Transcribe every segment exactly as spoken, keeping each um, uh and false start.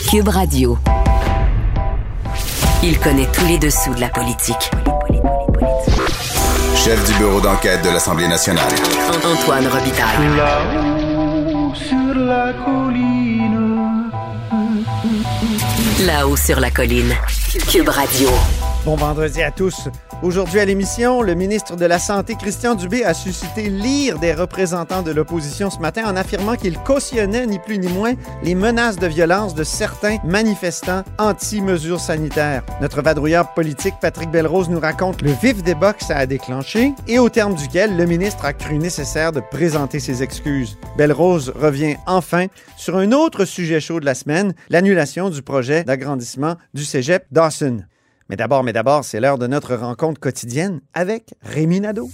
Cube Radio. Il connaît tous les dessous de la politique. Chef du bureau d'enquête de l'Assemblée nationale. Antoine Robitaille. Là-haut sur la colline. Là-haut sur la colline. Cube Radio. Bon vendredi à tous. Aujourd'hui à l'émission, le ministre de la Santé, Christian Dubé, a suscité l'ire des représentants de l'opposition ce matin en affirmant qu'il cautionnait, ni plus ni moins, les menaces de violence de certains manifestants anti-mesures sanitaires. Notre vadrouilleur politique, Patrick Belrose, nous raconte le vif débat que ça a déclenché et au terme duquel le ministre a cru nécessaire de présenter ses excuses. Belrose revient enfin sur un autre sujet chaud de la semaine, l'annulation du projet d'agrandissement du cégep Dawson. Mais d'abord, mais d'abord, c'est l'heure de notre rencontre quotidienne avec Rémi Nadeau.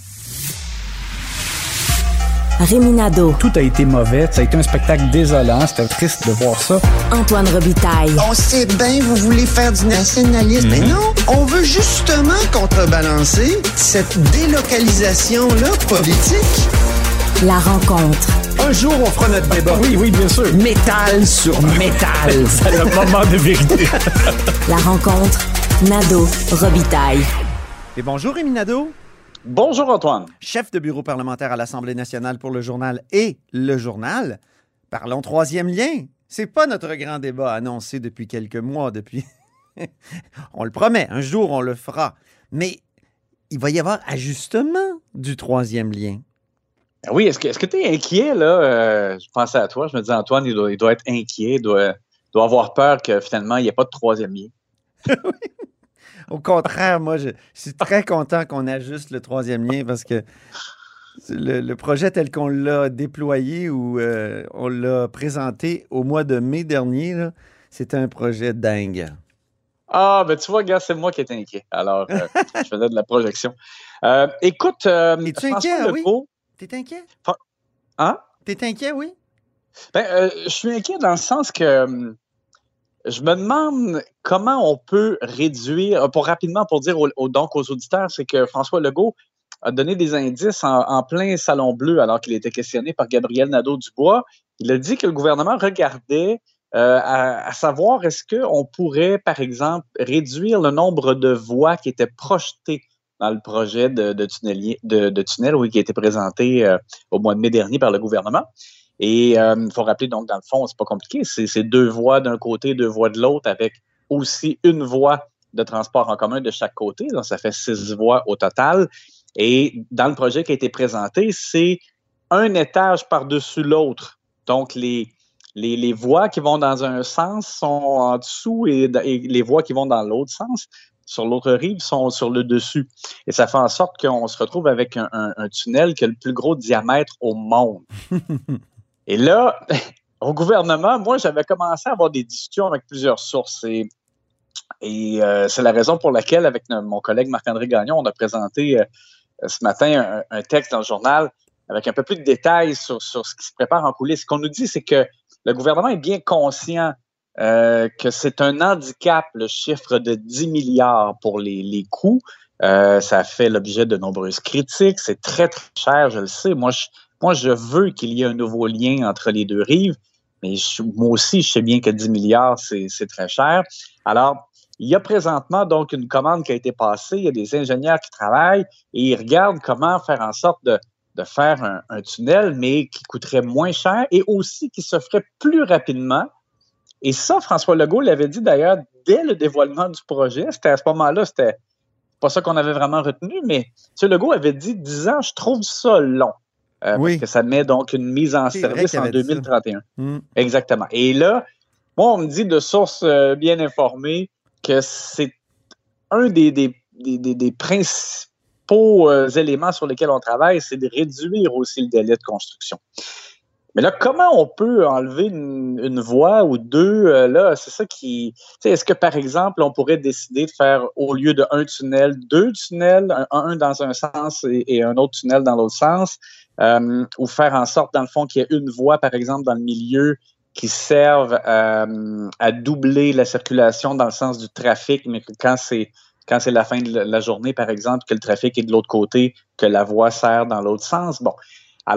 Rémi Nadeau. Tout a été mauvais. Ça a été un spectacle désolant. C'était triste de voir ça. Antoine Robitaille. On sait bien, vous voulez faire du nationalisme. Mais non, on veut justement contrebalancer cette délocalisation-là politique. La rencontre. Un jour, on fera notre débat. Oui, oui, bien sûr. Métal sur métal. C'est le moment de vérité. La rencontre. Nadeau, Robitaille. Et bonjour Rémi Nadeau. Bonjour Antoine. Chef de bureau parlementaire à l'Assemblée nationale pour le journal et le journal. Parlons troisième lien. C'est pas notre grand débat annoncé depuis quelques mois, depuis... On le promet, un jour on le fera. Mais il va y avoir ajustement du troisième lien. Oui, est-ce que est-ce que tu es inquiet, là? Euh, je pensais à toi, je me disais, Antoine, il doit, il doit être inquiet, il doit, doit avoir peur que finalement, il n'y ait pas de troisième lien. Oui. Au contraire, moi, je, je suis très content qu'on ajuste le troisième lien parce que le, le projet tel qu'on l'a déployé ou euh, on l'a présenté au mois de mai dernier, là, c'était un projet dingue. Ah, ben tu vois, gars, c'est moi qui étais inquiet. Alors, euh, je faisais de la projection. Euh, écoute, euh, Es-tu François inquiet, Legault... oui? T'es inquiet? Hein? T'es inquiet, oui? Ben, euh, je suis inquiet dans le sens que euh, je me demande comment on peut réduire, pour rapidement pour dire aux, aux, donc aux auditeurs, c'est que François Legault a donné des indices en, en plein Salon Bleu alors qu'il était questionné par Gabriel Nadeau-Dubois. Il a dit que le gouvernement regardait euh, à, à savoir est-ce qu'on pourrait, par exemple, réduire le nombre de voies qui étaient projetées dans le projet de, de, tunnelier, de, de tunnel oui, qui a été présenté euh, au mois de mai dernier par le gouvernement. Et il euh, faut rappeler, donc, dans le fond, c'est pas compliqué, c'est, c'est deux voies d'un côté, deux voies de l'autre, avec aussi une voie de transport en commun de chaque côté. Donc, ça fait six voies au total. Et dans le projet qui a été présenté, c'est un étage par-dessus l'autre. Donc, les, les, les voies qui vont dans un sens sont en dessous et, et les voies qui vont dans l'autre sens, sur l'autre rive, sont sur le dessus. Et ça fait en sorte qu'on se retrouve avec un, un, un tunnel qui a le plus gros diamètre au monde. Et là, au gouvernement, moi, j'avais commencé à avoir des discussions avec plusieurs sources. Et, et euh, c'est la raison pour laquelle, avec mon collègue Marc-André Gagnon, on a présenté euh, ce matin un, un texte dans le journal avec un peu plus de détails sur, sur ce qui se prépare en coulisses. Ce qu'on nous dit, c'est que le gouvernement est bien conscient euh, que c'est un handicap, le chiffre de dix milliards pour les, les coûts. Euh, ça fait l'objet de nombreuses critiques. C'est très, très cher, je le sais. Moi, je Moi, je veux qu'il y ait un nouveau lien entre les deux rives, mais je, moi aussi, je sais bien que dix milliards, c'est, c'est très cher. Alors, il y a présentement donc une commande qui a été passée, il y a des ingénieurs qui travaillent et ils regardent comment faire en sorte de, de faire un, un tunnel, mais qui coûterait moins cher et aussi qui se ferait plus rapidement. Et ça, François Legault l'avait dit d'ailleurs dès le dévoilement du projet. C'était à ce moment-là, c'était pas ça qu'on avait vraiment retenu, mais M. Legault avait dit dix ans, je trouve ça long. Euh, oui. Parce que ça met donc une mise en c'est service en deux mille trente et un. Mm. Exactement. Et là, moi, on me dit de sources euh, bien informées que c'est un des, des, des, des principaux euh, éléments sur lesquels on travaille, c'est de réduire aussi le délai de construction. Mais là, comment on peut enlever une, une voie ou deux? Euh, là, c'est ça qui... Est-ce que, par exemple, on pourrait décider de faire, au lieu de un tunnel, deux tunnels, un, un dans un sens et, et un autre tunnel dans l'autre sens? Euh, ou faire en sorte, dans le fond, qu'il y ait une voie, par exemple, dans le milieu qui serve euh, à doubler la circulation dans le sens du trafic, mais que quand c'est quand c'est la fin de la journée, par exemple, que le trafic est de l'autre côté, que la voie sert dans l'autre sens. Bon, alors,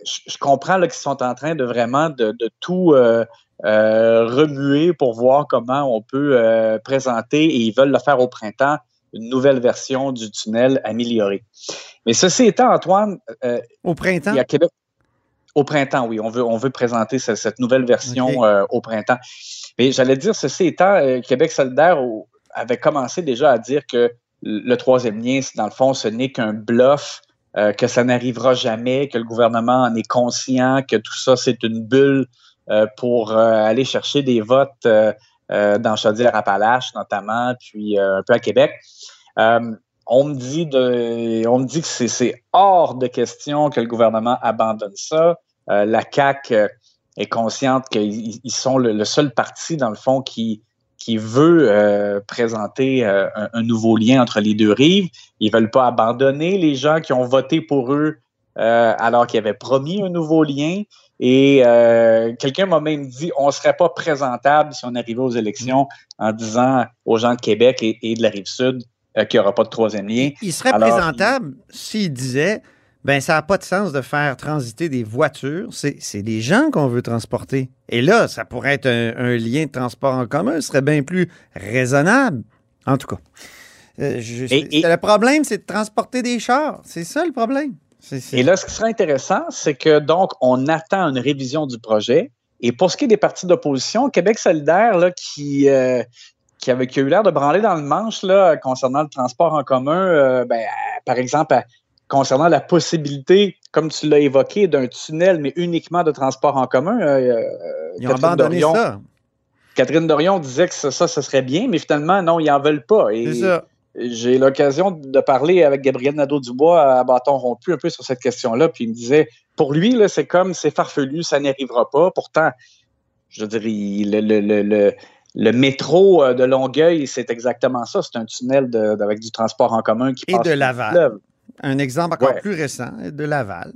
je, je comprends là, qu'ils sont en train de vraiment de, de tout euh, euh, remuer pour voir comment on peut euh, présenter, et ils veulent le faire au printemps, une nouvelle version du tunnel amélioré. Mais ceci étant, Antoine... Euh, au printemps? Il y a Québec... Au printemps, oui. On veut, on veut présenter ce, cette nouvelle version okay. euh, au printemps. Mais j'allais dire, ceci étant, euh, Québec solidaire au, avait commencé déjà à dire que le troisième lien, dans le fond, ce n'est qu'un bluff, euh, que ça n'arrivera jamais, que le gouvernement en est conscient, que tout ça, c'est une bulle euh, pour euh, aller chercher des votes euh, euh, dans Chaudière-Appalaches, notamment, puis euh, un peu à Québec. Euh, on me dit de, on me dit que c'est, c'est hors de question que le gouvernement abandonne ça. Euh, la C A Q euh, est consciente qu'ils ils sont le, le seul parti, dans le fond, qui, qui veut euh, présenter euh, un, un nouveau lien entre les deux rives. Ils veulent pas abandonner les gens qui ont voté pour eux euh, alors qu'ils avaient promis un nouveau lien. Et euh, quelqu'un m'a même dit on ne serait pas présentable si on arrivait aux élections en disant aux gens de Québec et, et de la Rive-Sud euh, qu'il n'y aura pas de troisième lien. Il serait alors, présentable il... s'il disait ben ça n'a pas de sens de faire transiter des voitures, c'est, c'est des gens qu'on veut transporter. Et là, ça pourrait être un, un lien de transport en commun, ce serait bien plus raisonnable. En tout cas, euh, je, et, et, le problème, c'est de transporter des chars. C'est ça le problème. C'est, c'est... Et là, ce qui serait intéressant, c'est que donc, on attend une révision du projet. Et pour ce qui est des partis d'opposition, Québec solidaire, là, qui, euh, qui, avait, qui a eu l'air de branler dans le manche là, concernant le transport en commun, euh, ben, par exemple, à, concernant la possibilité, comme tu l'as évoqué, d'un tunnel, mais uniquement de transport en commun. Euh, ils ont Catherine abandonné Dorion, ça. Catherine Dorion disait que ça, ça, ça serait bien, mais finalement, non, ils n'en veulent pas. Et c'est ça. J'ai l'occasion de parler avec Gabriel Nadeau-Dubois à bâton rompu un peu sur cette question-là, puis il me disait, pour lui, là, c'est comme, c'est farfelu, ça n'arrivera pas. Pourtant, je dirais, le, le, le, le, le métro de Longueuil, c'est exactement ça. C'est un tunnel de, de, avec du transport en commun qui Et passe... Et de Laval. Un exemple encore ouais. plus récent, de Laval.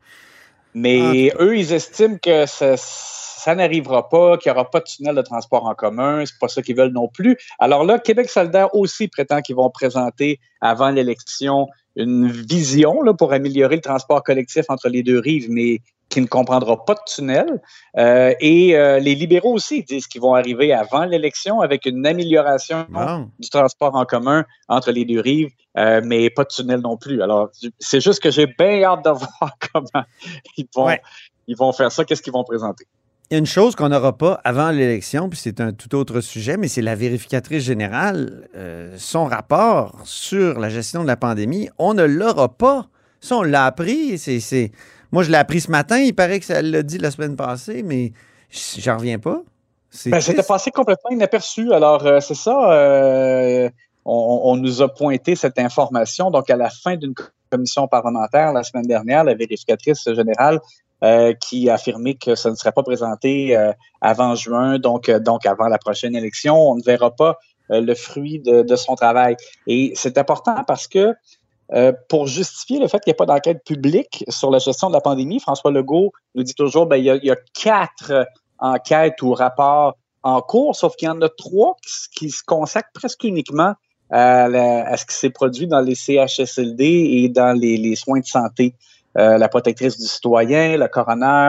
Mais eux, ils estiment que ça, ça n'arrivera pas, qu'il n'y aura pas de tunnel de transport en commun. C'est pas ça qu'ils veulent non plus. Alors là, Québec solidaire aussi prétend qu'ils vont présenter avant l'élection une vision là, pour améliorer le transport collectif entre les deux rives, mais qui ne comprendra pas de tunnel. Euh, et euh, les libéraux aussi disent qu'ils vont arriver avant l'élection avec une amélioration wow. du transport en commun entre les deux rives, euh, mais pas de tunnel non plus. Alors, c'est juste que j'ai bien hâte de voir comment ils vont, ouais. ils vont faire ça, qu'est-ce qu'ils vont présenter. Il y a une chose qu'on n'aura pas avant l'élection, puis c'est un tout autre sujet, mais c'est la vérificatrice générale. Euh, son rapport sur la gestion de la pandémie, on ne l'aura pas. Ça, on l'a appris. C'est, c'est... Moi, je l'ai appris ce matin. Il paraît que ça l'a dit la semaine passée, mais j'en reviens pas. C'est ben, c'était passé complètement inaperçu. Alors, euh, c'est ça. Euh, on, on nous a pointé cette information. Donc, à la fin d'une commission parlementaire la semaine dernière, la vérificatrice générale Euh, qui a affirmé que ça ne serait pas présenté euh, avant juin, donc, euh, donc avant la prochaine élection. On ne verra pas euh, le fruit de, de son travail. Et c'est important parce que euh, pour justifier le fait qu'il n'y ait pas d'enquête publique sur la gestion de la pandémie, François Legault nous dit toujours ben, il y a, il y a quatre enquêtes ou rapports en cours, sauf qu'il y en a trois qui, qui se consacrent presque uniquement à, la, à ce qui s'est produit dans les C H S L D et dans les, les soins de santé. Euh, la protectrice du citoyen, le coroner,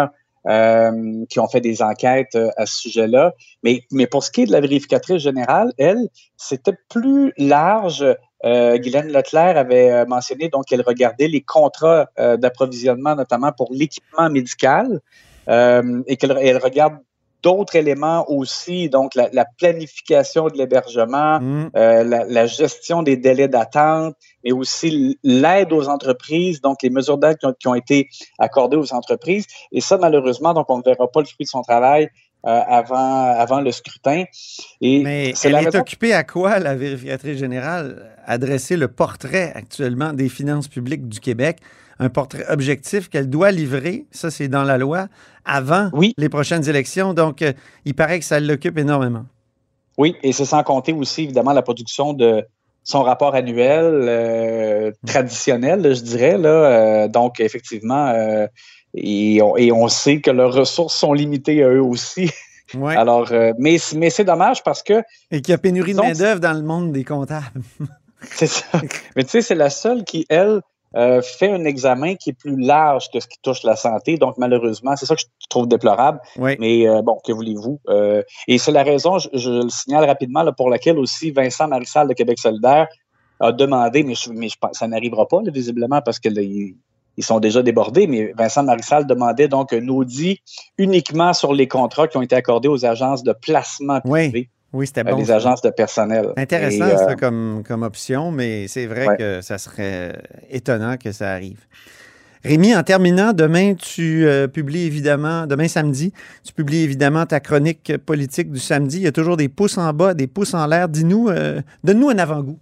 euh, qui ont fait des enquêtes euh, à ce sujet-là. Mais, mais pour ce qui est de la vérificatrice générale, elle, c'était plus large. Euh, Guylaine Leclerc avait mentionné donc qu'elle regardait les contrats euh, d'approvisionnement, notamment pour l'équipement médical, euh, et qu'elle elle regarde d'autres éléments aussi, donc la, la planification de l'hébergement, mmh. euh, la, la gestion des délais d'attente, mais aussi l'aide aux entreprises, donc les mesures d'aide qui ont, qui ont été accordées aux entreprises. Et ça, malheureusement, donc on ne verra pas le fruit de son travail euh, avant, avant le scrutin. Et mais c'est elle la est raison... occupée à quoi, la vérificatrice générale? À dresser le portrait actuellement des finances publiques du Québec, un portrait objectif qu'elle doit livrer, ça c'est dans la loi, avant oui. les prochaines élections. Donc, euh, il paraît que ça l'occupe énormément. Oui, et c'est sans compter aussi, évidemment, la production de son rapport annuel euh, traditionnel, je dirais. Là, euh, donc, effectivement, euh, et, on, et on sait que leurs ressources sont limitées à eux aussi. Ouais. Alors, euh, mais, mais c'est dommage parce que... Et qu'il y a pénurie de main-d'œuvre dans le monde des comptables. C'est ça. Mais tu sais, c'est la seule qui, elle, euh, fait un examen qui est plus large que ce qui touche la santé. Donc, malheureusement, c'est ça que je trouve déplorable. Oui. Mais euh, bon, que voulez-vous? Euh, et c'est la raison, je, je le signale rapidement, là, pour laquelle aussi Vincent Marissal de Québec solidaire a demandé, mais, je, mais je, ça n'arrivera pas, là, visiblement, parce que là, il, ils sont déjà débordés, mais Vincent Marissal demandait donc un audit uniquement sur les contrats qui ont été accordés aux agences de placement privé. Oui, oui, c'était bon. Euh, les agences de personnel. Intéressant, Et, euh, ça, comme, comme option, mais c'est vrai ouais. que ça serait étonnant que ça arrive. Rémi, en terminant, demain, tu euh, publies évidemment, demain samedi, tu publies évidemment ta chronique politique du samedi. Il y a toujours des pouces en bas, des pouces en l'air. Dis-nous, euh, donne-nous un avant-goût.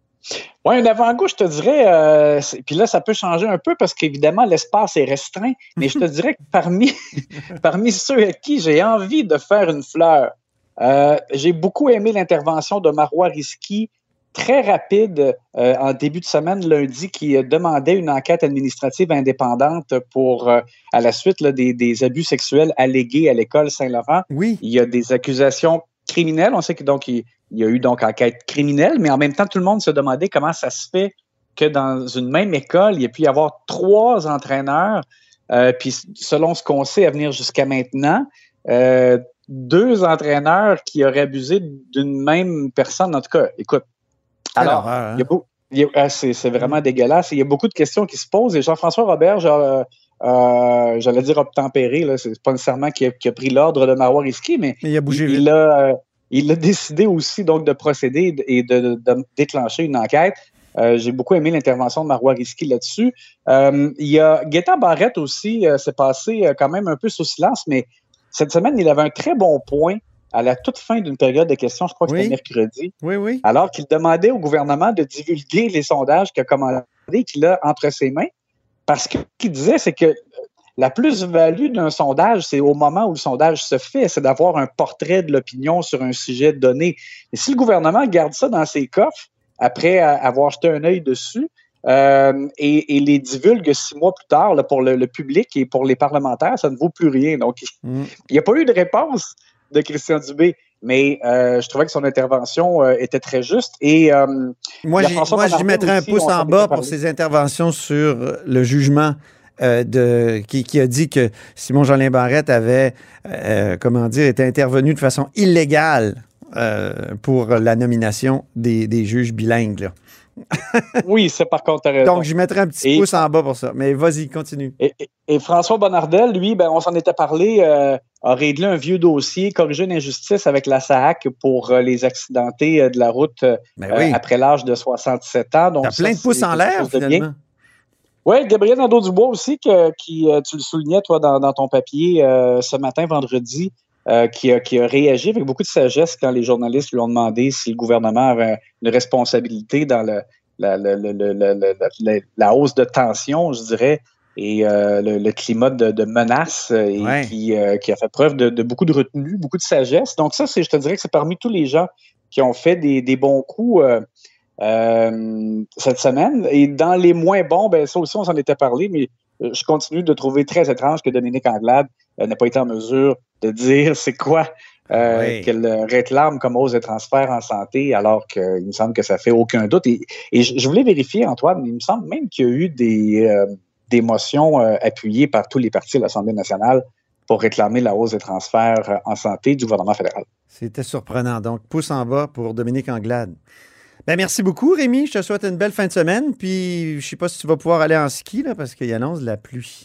Oui, un avant-goût, je te dirais, euh, puis là, ça peut changer un peu parce qu'évidemment, l'espace est restreint, mais je te dirais que parmi, parmi ceux à qui j'ai envie de faire une fleur, euh, j'ai beaucoup aimé l'intervention de Marois Risky, très rapide, euh, en début de semaine, lundi, qui euh, demandait une enquête administrative indépendante pour, euh, à la suite là, des, des abus sexuels allégués à l'école Saint-Laurent. Oui. Il y a des accusations criminelles. On sait que donc il, il y a eu donc enquête criminelle, mais en même temps, tout le monde se demandait comment ça se fait que dans une même école, il y a pu y avoir trois entraîneurs, euh, puis selon ce qu'on sait à venir jusqu'à maintenant, euh, deux entraîneurs qui auraient abusé d'une même personne. En tout cas, écoute, alors, hein? il y a beau, il y a, c'est, c'est vraiment mmh. dégueulasse. Il y a beaucoup de questions qui se posent et Jean-François Robert, genre, euh, j'allais dire obtempéré, là, c'est pas nécessairement qu'il a, qu'il a pris l'ordre de Marois Risky, mais, mais il a bougé il, vite. Il a, euh, il a décidé aussi donc de procéder et de, de, de déclencher une enquête. Euh, j'ai beaucoup aimé l'intervention de Marois Risky là-dessus. Euh, il y a Gaétan Barrette aussi, euh, c'est passé euh, quand même un peu sous silence, mais cette semaine, il avait un très bon point à la toute fin d'une période de questions, je crois que oui. c'était mercredi, oui, oui. alors qu'il demandait au gouvernement de divulguer les sondages qu'il a commandés et qu'il a entre ses mains, parce que ce qu'il disait, c'est que la plus-value d'un sondage, c'est au moment où le sondage se fait, c'est d'avoir un portrait de l'opinion sur un sujet donné. Et si le gouvernement garde ça dans ses coffres, après avoir jeté un œil dessus, euh, et, et les divulgue six mois plus tard là, pour le, le public et pour les parlementaires, ça ne vaut plus rien. Donc, mm. il n'y a pas eu de réponse de Christian Dubé, mais euh, je trouvais que son intervention euh, était très juste. Et euh, moi, j'y, moi j'y mettrais un pouce en bas pour ses interventions sur le jugement euh, de, qui, qui a dit que Simon-Jolin Barrette avait, euh, comment dire, été intervenu de façon illégale euh, pour la nomination des, des juges bilingues, là. Oui, c'est par contre, t'as raison. Donc, je mettrai un petit et, pouce en bas pour ça. Mais vas-y, continue. Et, et, et François Bonnardel, lui, ben, on s'en était parlé, euh, a réglé un vieux dossier, corrigé une injustice avec la S A A C pour euh, les accidentés euh, de la route euh, ben oui. euh, après l'âge de soixante-dix-sept ans. Donc, t'as ça, plein de pouces en l'air, finalement. Oui, Gabriel Nadeau-Dubois aussi, que, qui, euh, tu le soulignais, toi, dans, dans ton papier euh, ce matin, vendredi, Euh, qui, a, qui a réagi avec beaucoup de sagesse quand les journalistes lui ont demandé si le gouvernement avait une responsabilité dans le, la, la, la, la, la, la, la hausse de tension, je dirais, et euh, le, le climat de, de menace, et ouais. qui, euh, qui a fait preuve de, de beaucoup de retenue, beaucoup de sagesse. Donc ça, c'est, je te dirais que c'est parmi tous les gens qui ont fait des, des bons coups euh, euh, cette semaine. Et dans les moins bons, ben ça aussi, on s'en était parlé, mais je continue de trouver très étrange que Dominique Anglade euh, n'ait pas été en mesure de dire c'est quoi euh, oui. qu'elle réclame comme hausse de transfert en santé, alors qu'il me semble que ça fait aucun doute. Et, et je voulais vérifier, Antoine, mais il me semble même qu'il y a eu des, euh, des motions euh, appuyées par tous les partis de l'Assemblée nationale pour réclamer la hausse des transferts en santé du gouvernement fédéral. C'était surprenant. Donc, pouce en bas pour Dominique Anglade. Ben, merci beaucoup, Rémi. Je te souhaite une belle fin de semaine. Puis, je ne sais pas si tu vas pouvoir aller en ski, là, parce qu'il annonce de la pluie.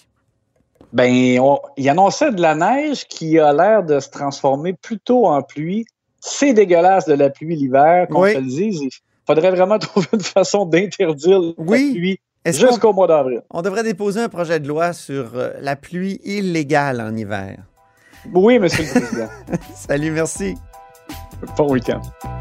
Ben, on, il annonçait de la neige qui a l'air de se transformer plutôt en pluie. C'est dégueulasse de la pluie l'hiver, qu'on oui. se le dise. Il faudrait vraiment trouver une façon d'interdire oui. la pluie Est-ce jusqu'au mois d'avril. On devrait déposer un projet de loi sur euh, la pluie illégale en hiver. Oui, monsieur le président. Salut, merci. Bon week-end.